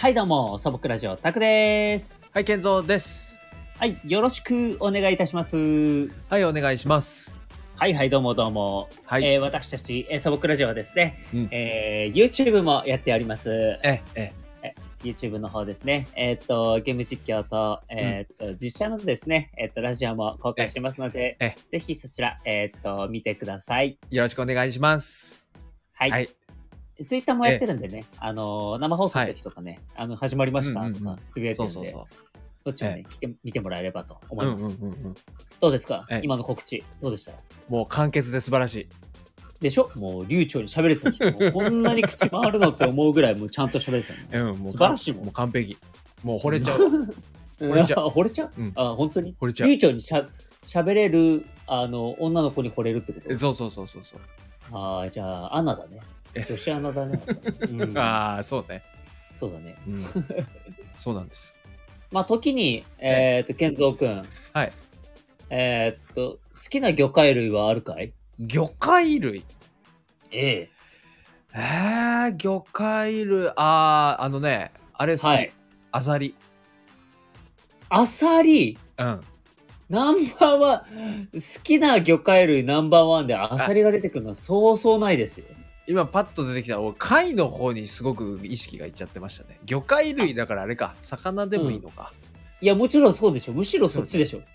はいどうも、素朴ラジオタクです。 はい、健三です。 はい、よろしくお願いいたします。 はい、お願いします。 はいはい、どうもどうも。 はい。 私たち、素朴ラジオはですね、 うん。 YouTube もやっております。 え、え、 YouTube の方ですね。ゲーム実況と、 うん。 実写のですね、ラジオも公開しえ、 てますので、 え、 ぜひそちら、見てください。 よろしくお願いします。 はい。 はい。 Twitter もやってえ、 るんでね、生放送のはい。 時とかね、始まりまうんしたとかうんうん。 つぶやいてるんで、 そうそうそう。 どっちもね、 え、 来て、見てもらえればと思うんうんいます。 うんうん。 どうですかえ、 今の告知。どうでしたもう簡潔で素晴らしい。 でしょもう流暢に喋れてたでしょもうこんなに口回るのって思うぐらいもうちゃんと喋れてたの。 うん、 素晴らしいもん。 もう完璧。もう惚れちゃうわ。惚れちゃう。 惚れちゃううん、 本当に惚れちゃう。 流暢に喋れる、女の子に惚れるってことそうそうそうそうそう。 じゃあ、アナだね。女子アナだね。うん、 ああ、そうね。 そうだね。 うん。そうなんです。 まあ、時に、 え、 健三くん、 はい。 好きな魚介類はあるかい魚介類。 ええ。 魚介類。あれ好き。 はい。 アサリ。 アサリうん。 ナンバーワン、好きな魚介類ナンバーワンでアあ、 サリが出てくるのはそうそうないですよ。 今パッと出てきた俺貝の方にすごく意識がいっちゃってましたね。魚介あ、 類だからあれか、魚でうん。 もいいのか。 いや、もちろんそうでしょ。むしろそそうでしょ。 っちでしょ。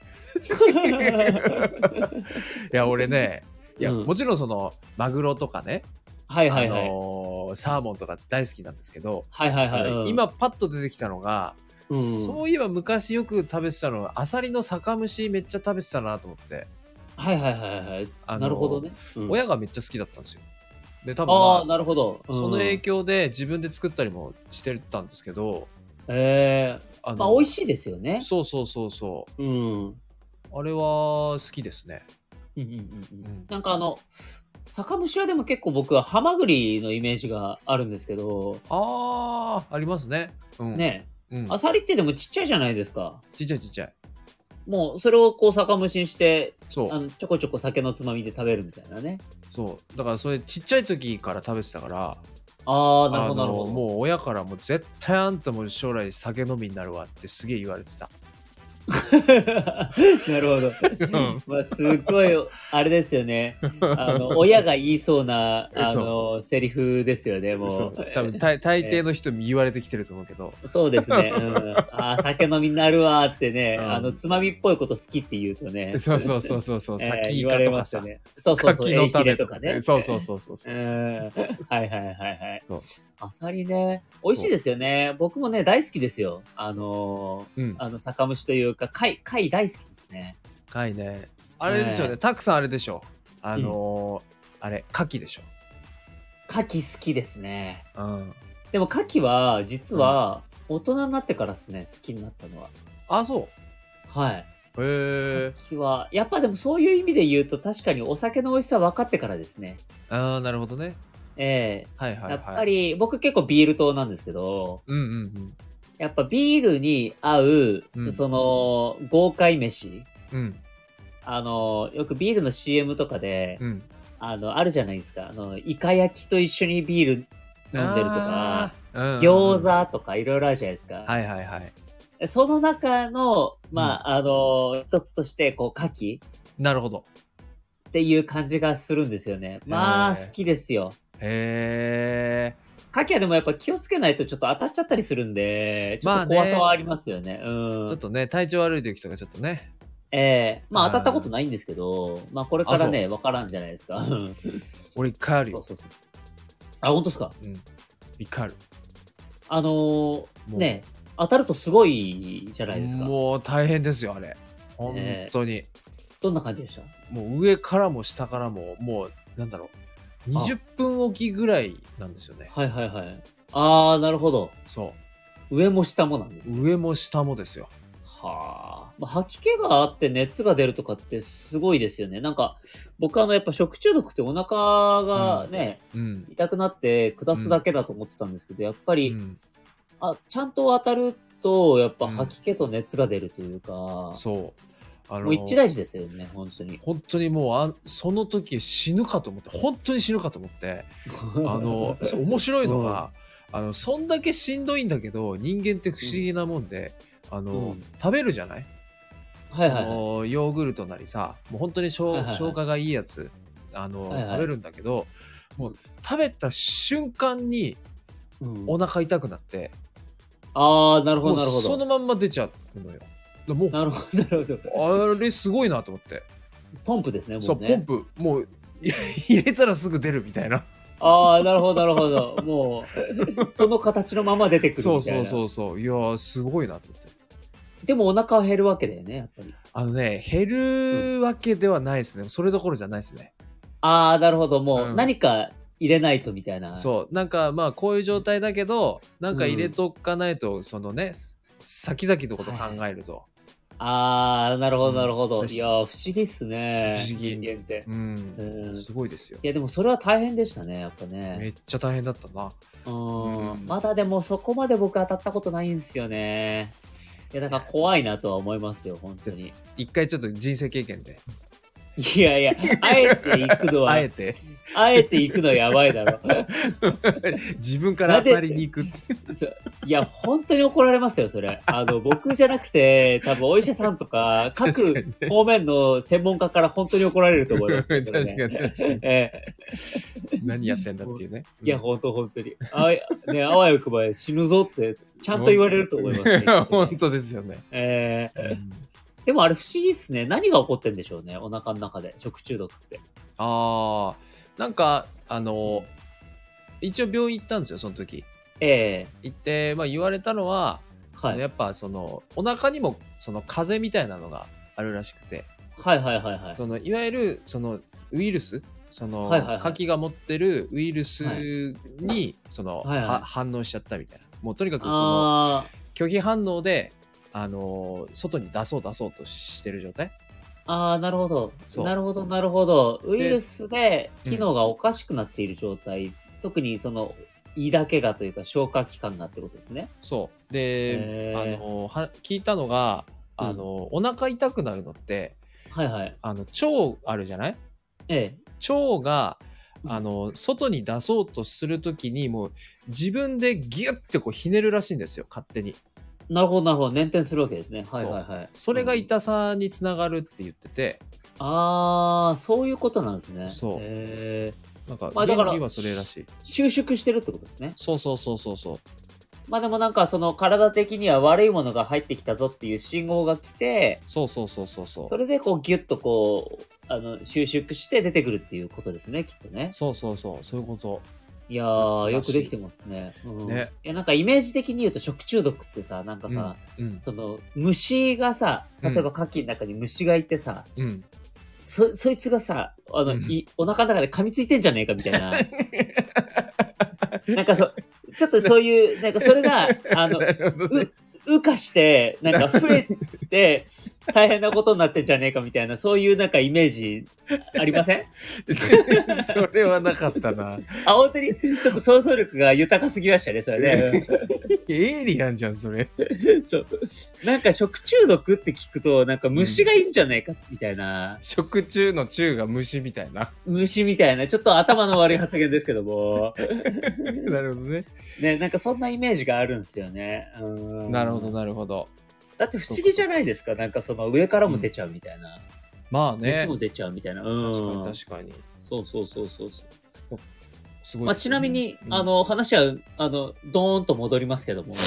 いや俺ね、いやもうん。 ちろんそのマグロとかね、 はいはいはい。 サーモンとか大好きなんですけど、 はいはいはい。うん。 今パッと出てきたのが、 うん。 そういえば昔よく食べてたのはアサリの酒蒸しめっちゃ食べてたなと思って、 はいはいはいはい。 あのなるほどね。うん。 親がめっちゃ好きだったんですよ。で多分ああ、 まあなるほど。 そのうん。 影響で自分で作ったりもしてたんですけど、 まあ、美味あのしいですよね。 そうそうそうそう。 うん。うんあれは好きですね。 うんうんうん。 うん。 なんか酒蒸しはでも結構僕はハマグリのイメージがあるんですけど、 ああ、ありますね。うん。 ねうん。 アサリってでもちっちゃいじゃないですか。 ちっちゃいちっちゃい。 もうそれをこう酒蒸しにして、 そう。 ちょこちょこ酒のつまみで食べるみたいなね。 そう。だからそれちっちゃい時から食べてたから、 ああ、なるほどなるほど。 もう親からも絶対あんたも将来酒飲みになるわってすげえ言われてた。 なるほど。 うん。 まあ、すっごい、あれですよね。親が言いそうな、 そセリフですよね、 う。そもう。 う。多分大抵えの人に言われてきてると思うけど。 そうですね。うん。酒飲みになるわーってね、 うん。 つまみっぽいこと好きって言うとね、 そうそうそうそうそう。先イカ言われとかさ、 ますよね。そうそうそう、 柿のエイヒレ種とかね。 とかね。 そうそうそうそうそう。 はいはいはいはい。 そう。 アサリね、美味しいそですよね。僕もね、大好きですよ。 う。うん。 酒蒸しというか、貝大好きですね。 貝ね。あれですよね。 えたくさんあれでしょ。 うん。 あれ、牡蠣でしょ。 牡蠣好きですね。 うん。 でも牡蠣は、実うん。 は、大人になってからですね、好きになったのは。 あ、そはい。 う。へえ。 牡蠣は、やっぱでもそういう意味で言うと、確かにお酒の美味しさ分かってからですね。 ああ、なるほどね。 えはいはやっいはい。 ぱり、僕結構ビール党なんですけど、 うんうんうん。 やっぱビールに合う、 うん。 その、豪快飯。 うん。 よくビールの CM とかで、 うん。 あるじゃないですか。イカ焼きと一緒にビール飲んでるとか、 ああ、うんうんうん。 餃子とかいろいろあるじゃないですか。 はいはいはい。 その中の、 うん。 一つとして、こう、牡蠣なるほど。 っていう感じがするんですよね。 へまあ、好きですよ。 え。へえ。 牡蠣はでもやっぱ気をつけないとちょっと当たっちゃったりするんで、ちょっとまあね、 怖さはありますよね。うん。 ちょっとね、体調悪い時とかちょっとね。 まあ当たったことあないんですけど、まあこれあ、あ、そう。 からね、わからんじゃないですか。うん俺一回あるよ。 そうそうそう。本当ですかうん。一回ある。もね、当たるとすごいじゃう、 ないですか。 もう大変ですよ、あれ。本え当に。 どんな感じでしたもう上からも下からも、もう、なんだろう、20 あ、 分おきぐらいなんですよね。 はいはいはい。なるほど。 そ上も下もなんですう。 ね。 上も下もですよ。 はあ。まあ、吐き気があって熱が出るとかってすごいですよね。なんか、僕やっぱ食中毒ってお腹うん。 がね、 うん。 痛くなって下すだうん。 けだと思ってたんですけど、やっぱり、 うん。 ちゃんと当たると、やっぱうん。 吐き気と熱が出るというか、もそう。 う一致大事ですよね、本当に。 本当にもう、その時死ぬかと思って、本当に死ぬかと思って、そう面白いのうん。 が、 そんだけしんどいんだけど、人間って不思議なもんで、 うん食べるじゃない、 はいはいはい。 ヨーグルトなりさ、もう本当にはいはいはい消化がいいやつ、 はいはい食べるんだけど、もう食べた瞬間にうんお腹痛くなって、 ああ、なるほもうどなるほど。 そのまんま出ちゃうのよ。もう、 なるほどなるほど。 あれすごいなと思って。 ポンプですね、もそうう、 ね。 ポンプ、もう入れたらすぐ出るみたいな。 ああ、なるほどなるほど。もう、その形のまま出てくるそうみたいな。 そうそうそう。いやー、すごいなと思って。 でもお腹は減るわけだよね、やっぱり。 減るわけではないですね。それどころじゃないですね。 ああ、なるほど。もううん何か入れないとみたいな。 そう。なんかまあ、こういう状態だけど、なんか入れとかないと、そのね、先々のこと考えると。 ああ、なるほどなるほど。 うんいやー、不思議っすね。 不思議人間って。うんすごいですよ。 いや、でもそれは大変でしたね、やっぱめね。 っちゃ大変だったな。うんまだでもそこまで僕当たったことないんですよね。いや、だから怖いなとは思いますよ、本当に。 一回ちょっと人生経験で。 いやいや、あえて行くのは、 あえて。 あえて行くのやばいだろ。 自分から当たりに行くって。 そういや、本当に怒られますよ、それ。僕じゃなくて、多分お医者さんとか、各確かにね方面の専門家から本当に怒られると思いますよ。それね確かに確かに何やってんだっていうね。 いや、本当に。あわよくばし死ぬぞって、ちゃんと言われると思いますね。 本当ですよね。 でもあれ不思議っすね。何が起こってんでしょうね、お腹の中で、食中毒って。 ああ、なんか、一応病院行ったんですよ、その時。 え行って、まあ言われたのは、 はい。 やっぱお腹にも風邪みたいなのがあるらしくて、 はいはいはいはい。 いわゆるウイルス、 はいはいはい牡蠣が持ってるウイルスに、 はいはい反応しちゃったみたいな。もうとにかくあ拒否反応で、外に出そうとしてる状態。 なるほど。 そうなるほど、なるほど。ウイルスで機能がおかしくなっている状態、特に胃だけがというか消化器官がってことですね。 そうで、聞いたのが、お腹痛くなるのって、 はいはい。 腸あるじゃない？ ええ。 腸が外に出そうとするときにもう自分でギュッてこうひねるらしいんですよ、勝手に。 なるほど、なるほど。捻転するわけですね。はいはいはい。 それがうん痛さにつながるって言ってて、 そういうことなんですね。 そうなんかまあだから原理はそれらしい。 収縮してるってことですね。 そうそうそうそうそう。 まあでもなんか体的には悪いものが入ってきたぞっていう信号が来て、 そうそうそうそうそう。 それでこうギュッとこう、収縮して出てくるっていうことですね、きっとね。 そうそうそう、そういうこと。 いやー、よくできてますね。 ね。 いや、なんかイメージ的に言うと食中毒ってさ、なんかさ、虫がさ、例えば牡蠣の中に虫がいてさ、そいつがさ、お腹の中で噛みついてんじゃねえかみたいな。なんかちょっとそういう、なんかそれが、羽化して、なんか増えて、大変なことになってんじゃねえかみたいな、そういうなんかイメージありません？ それはなかったな。 本当にちょっと想像力が豊かすぎましたね、それね。 エイリアンじゃん、それ。 そう。なんか食中毒って聞くと、なんか虫がいいんじゃないかみたいな。 食中の中が虫みたいな。 虫みたいな、ちょっと頭の悪い発言ですけども。 なるほどね。 ね、なんかそんなイメージがあるんですよね。 なるほど、なるほど。 だって不思議じゃないですか。なんか上からも出ちゃうみたいな。 まあね。 熱も出ちゃうみたいな。 確かに確かに。 そうそうそうそう。 すごい、 まあ、ちなみに、話は、ドーンと戻りますけども、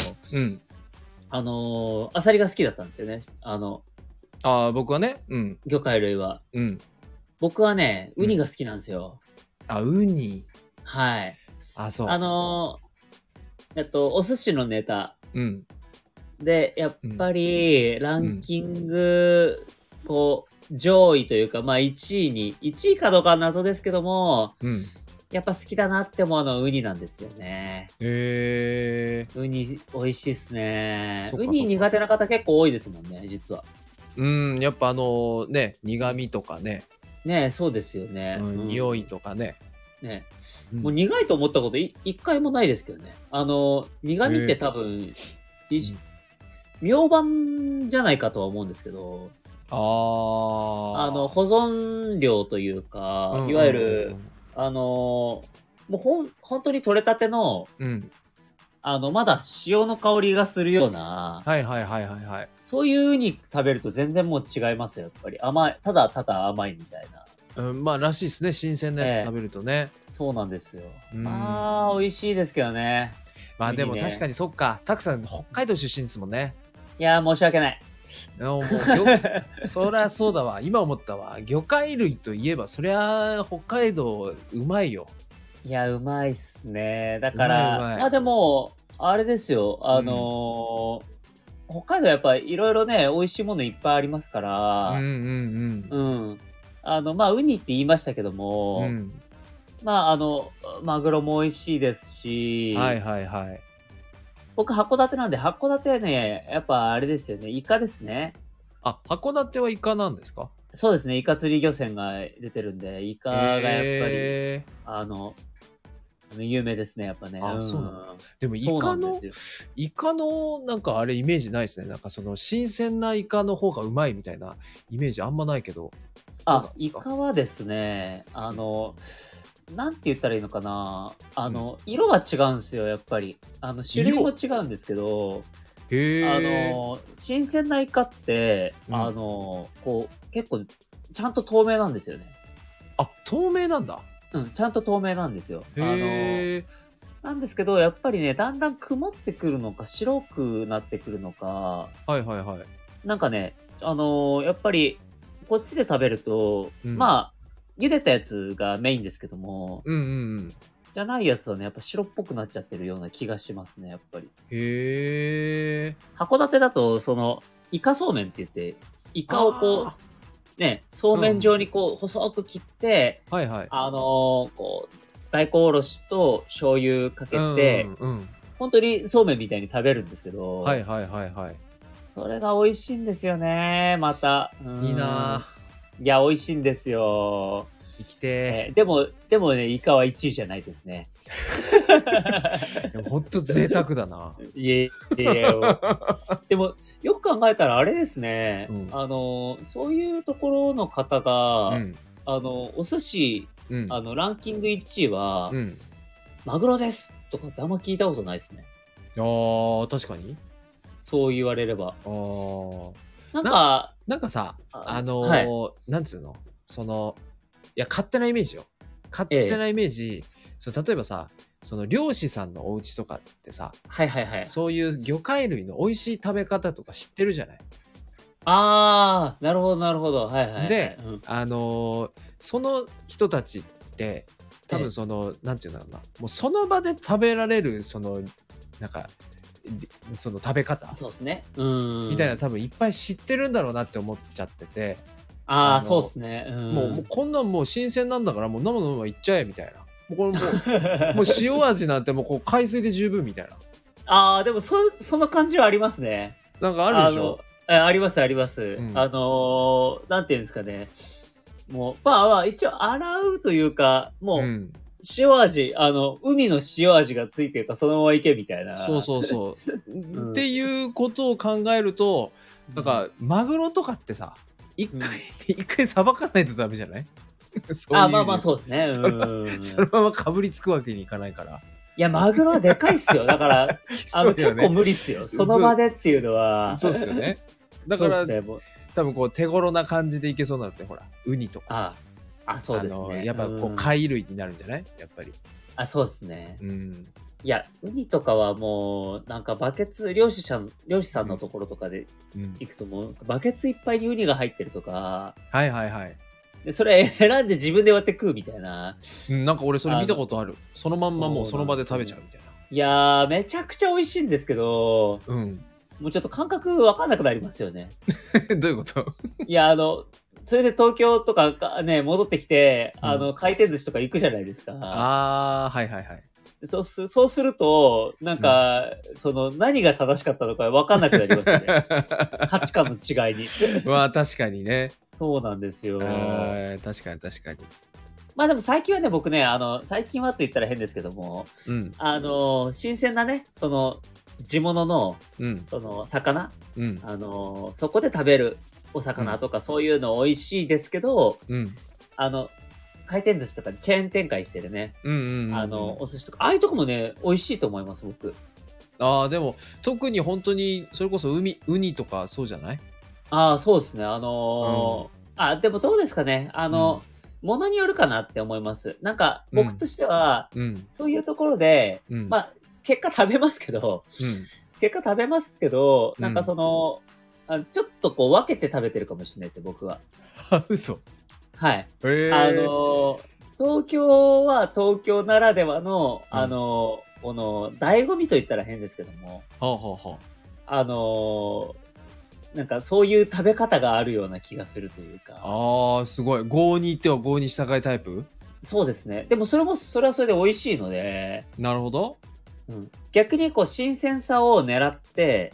アサリが好きだったんですよね。 僕はね、 魚介類は。僕はね、ウニが好きなんですよ。 ウニ。 はい。 そう。 お寿司のネタ。で、やっぱり、ランキング、こう、上位というか、まあ1位かどうかは謎ですけども、やっぱ好きだなって思うのはウニなんですよね。ウニ美味しいっすね。ウニ苦手な方結構多いですもんね、実は。 やっぱね、苦味とかね。 ね、そうですよね。 匂いとかね。 ね、もう苦いと思ったこと一回もないですけどね。苦味って多分、明晩じゃないかとは思うんですけど、保存料というか、いわゆる、もう本当に取れたての、 まだ塩の香りがするような、 はいはいはいはいはい。 そういうウニ食べると全然もう違いますよ、やっぱり。甘い、ただただ甘いみたいな。 うん、まあらしいですね。新鮮なやつ食べるとね。 そうなんですよ。 うんまあ、美味しいですけどね。 まあでもウニね確かにそっか。たくさん北海道出身ですもんね。 いやー、申し訳ない。 もうそりゃそうだわ。今思ったわ。魚介類といえば、そりゃ北海道うまいよ。 いや、うまいっすね。だかうまら、 いうまいまあでも、あれですよ。北海道やっぱいろいろね、美味しいものいっぱいありますかうんら、 うんうん。まあ、ウニって言いましたけどうん。 も、 うん。 まあ、マグロも美味しいですし、 はいはいはい。 僕、函館なんで、函館はね、やっぱあれですよね、イカですね。 あ、函館はイカなんですか？ そうですね、イカ釣り漁船が出てるんで、イカがやっぱり、 へえ。 有名ですね、やっぱね。 あ、そうなんだ。でもイそうなカのんですよ。 なんかあれイメージないですね。なんかその新鮮なイカの方がうまいみたいなイメージあんまないけど、どうなんですイか？ カはですね、なんて言ったらいいのかな。色が違うんですよ、やっぱり。種類も違うんですけど、 へえ。 新鮮なイカって、 うん。 こう、結構、ちゃんと透明なんですよね。 あ、透明なんだ。 うん、ちゃんと透明なんですよ。 へえ。 なんですけど、やっぱりね、だんだん曇ってくるのか、白くなってくるのか、 はいはいはい。 なんかね、やっぱり、こっちで食べると、 うん。 まあ、茹でたやつがメインですけども、 うんうんうん。 じゃないやつはね、やっぱ白っぽくなっちゃってるような気がしますね、やっぱり。 へえ。 函館だと、イカそうめんって言って、イカをこあう、ね、そうめん状にこう、細く切って、 あ、はいはい。 こう、大根おろしと醤油かうけて、 んうんうん。 本当にそうめんみたいに食べるんですけど、 はいはいはいはい。 それが美味しいんですよね、また。 いいな。 いや、美味しいんですよ。 生きてでもね、イカは1位じゃないですね。 ー。でもほんと贅沢だな。 いえいえ、でも、よく考えたらあれですね。 うん。 そういうところの方が、 うん。 お寿司、 うん。 ランキング1位は、 うん。 マグロですとかってあんま聞いたことないですね。 ああ、確かに。 そう言われれば。 ああ。 なんなか、 なんかさ、 はい。 なんつうの、いや、勝手なイメージよ。勝ええ。 手なイメージ、例えばさ、その漁師さんのお家とかってさ、 はいはいはい。 そういう魚介類の美味しい食べ方とか知ってるじゃない。 ああ、なるほどなるほど。はいはいはで、 い。うん。 その人たちって、多分ええ。 なんていうんだろうな、もうその場で食べられる、なんか、その食べ方そうですね。 みたいなん。 多分いっぱい知ってるんだろうなって思っちゃってて、 ああ、そうっあの、 すね。 もうこんなんもう新鮮なんだからもう生のままいっちゃえみたいな。もう塩味なんてもうこう海水で十分みたいな。 ああ、でもその感じはありますね。 なんかあるでしょ？ ありますあります。 うん。 なんていうんですかね。もう、まあ、一応洗うというか、もう、 うん。 塩味、海の塩味がついてるからそのままいけみたいそうな。 そうそう。 うん。 っていうことを考えると、なんかマグロとかってさ、一回うん。 一回さばかないとダメじゃない？そうあ、まあまあ、 いう意味で。 そうですね。 そのままかぶりつくわけにいかないから。 いや、マグロはでかいっすよ。だから、結構そうだよね。 無理っすよ。そのそう、 場でっていうのは。 そうっすよね。だからそうっすね、もう。 多分こう手頃な感じでいけそうなのってほら、ウニとかさ、 あそうですね。 やっぱこう貝類になるんじゃない？やっぱり。 そうですね。 うん。 いや、ウニとかはもう、なんかバケツ、漁師さんのところとかでうん。 行くともう、バケツいっぱいにウニが入ってるとか、 はいはいはい。 で、それ選んで自分で割って食うみたいな。 うん、なんか俺それ見たあの、 ことある。そのまんまもうそうその場でなんですよ。 食べちゃうみたいな。 いやー、めちゃくちゃ美味しいんですけど、 うん。 もうちょっと感覚わかんなくなりますよね。 どういうこと？ いや、それで東京とかね、戻ってきて、 うん。 回転寿司とか行くじゃないですか。 ああ、はいはいはい。 そうすると、なんうん。 か、何が正しかったのか分かんなくなりますよね。価値観の違いに。 まあ確かにね。 そうなんですよ。 確かに確かに。 まあでも最近はね、僕ね、最近はって言ったら変ですけども、 うん。 新鮮なね、地物の、 うん。 魚、 うん。 そこで食べるおうん。 魚とかそういうの美味しいですけど、 うん。 あの、回転寿司とかチェーン展開してるね、 うんうんうんうん。 お寿司とか、ああいうとこもね、美味しいと思います、僕。 ああ、でも、特に本当に、それこそウニとかそうじゃない？ ああ、そうですね。 うん。 でもどうですかね。 うん。 ものによるかなって思います。なんか、 うん。 僕としては、 うん。 そういうところで、 うん。 まあ、結果食べますけど、 うん。 なんかうん。 ちょっとこう分けて食べてるかもしれないですよ、僕は。 あ、嘘。 はい。あへえ。 の、東京は東京ならではの、 うん。 この、醍醐味と言ったら変ですけども、 はあはあはあ。 あの、なんかそういう食べ方があるような気がするというか。 ああ、すごい。郷に行っては郷に従いタイプ？ そうですね。でもそれはそれで美味しいので、 なるほど。 うん。逆にこう新鮮さを狙って、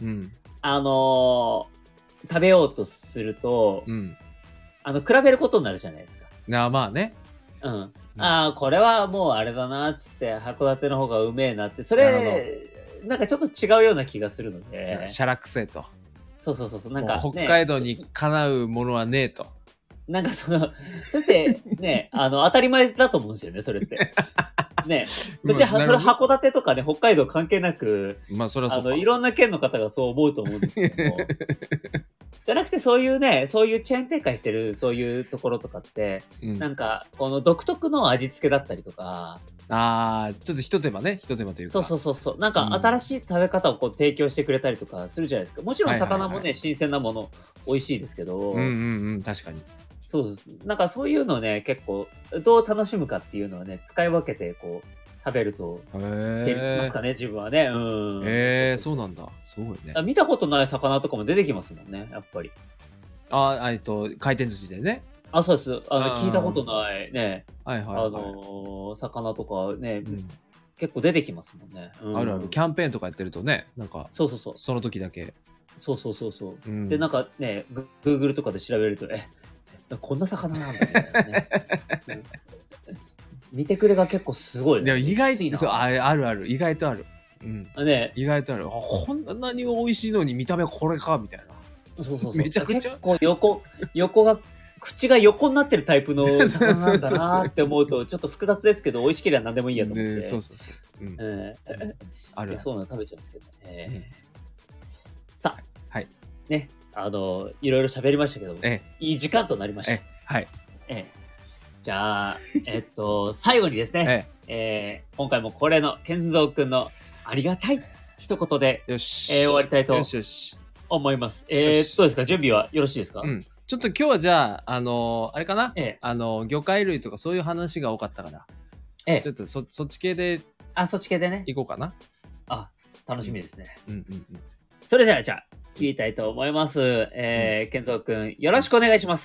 うん。 あの、食べようとすると、 うん。 比べることになるじゃないですか。 まあね。 うん。 うん。 ああ、これはもうあれだなっつって、函館の方がうめえなって、そなるほど。 れ、なんかちょっと違うような気がするので、 シャラクセと。 なんもう北かね、 海道にかなうものはねえと。 なんかそれってね、当たり前だと思うんですよね、それって。ね、別まあ、 にそれなるほど。 函館とかね、北海道関係なく、 まあ、そりゃそうか。 いろんな県の方がそう思うと思うんですけども、じゃなくてそういうね、そういうチェーン展開してるそういうところとかって、 うん。 なんか、この独特の味付けだったりとか、 ああ、ちょっと一手間というか。 なんかうん。 新しい食べ方をこう提供してくれたりとかするじゃないですか。もちろんはいはいはい。 魚もね、新鮮なもの美味しいですけうんうんど、 うん、確かに。 そうです。なんかそういうのをね、結構、どう楽しむかっていうのはね、使い分けてこう、食べると、 へてますえ。 かね、自分はね。うん。 へえ、そうなんだ。すごいね。 見たことない魚とかも出てきますもんね、やっぱり。 回転寿司でね。 そうです。聞いたことあないね、 あ、はいはいはい。 魚とかね、 うん。 結構出てきますもんね。うあるある。 ん。 キャンペーンとかやってるとね、なんか、 そうそうそう。 その時だけ。 で、 うん。 なんかね、Google とかで調べると、こんな魚なんだみたいなね。うん。見てくれが結構すごいでもね。きついな。 そう、あるある。意外とある。うん。 ね、 意外とある。こんなに美味しいのに見た目これかみたいな。めちゃくちゃ結構横が、口が横になってるタイプのそう魚なんだそうそうそう。 なって思うと、ちょっと複雑ですけど、美味しければ何でもいいやと思っで、そて、 うそうそう。うん。 えうん。あるある。 そういうの食べちゃうんですけどうん。 ね。さあ、 はい。 ね、いろいろ喋りましたけども、 えいい時間となりました。 はい。 ええ。じゃあ、最後にですね、 え今回も恒例の健三くんのありがたい一言で、 よ終わりし。よたいとしよし。 思います。どうよし。 ですか？準備はよろしいですか？ うん。ちょっと今日はじゃあ、あれかな、 ええ、 魚介類とかそういう話が多かったから、 ええ。 ちょっとそっち系でそっち系でね。 いこうかな。 あ、楽うん。 しみですね。 うんうんうん。 それではじゃあ、 うん。 切りたいと思います。 うん。 健三くん、よろうん。 しくお願いします。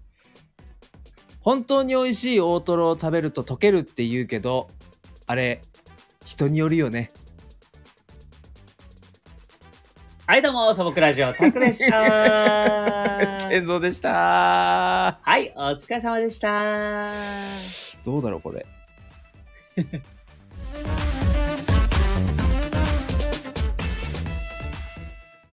本当に美味しい大トロを食べると溶けるって言うけど、あれ、人によるよね。 はい、どうも、素朴ラジオ、タクでした。 健三でした。 はい、お疲れ様でした。 どうだろう、これ。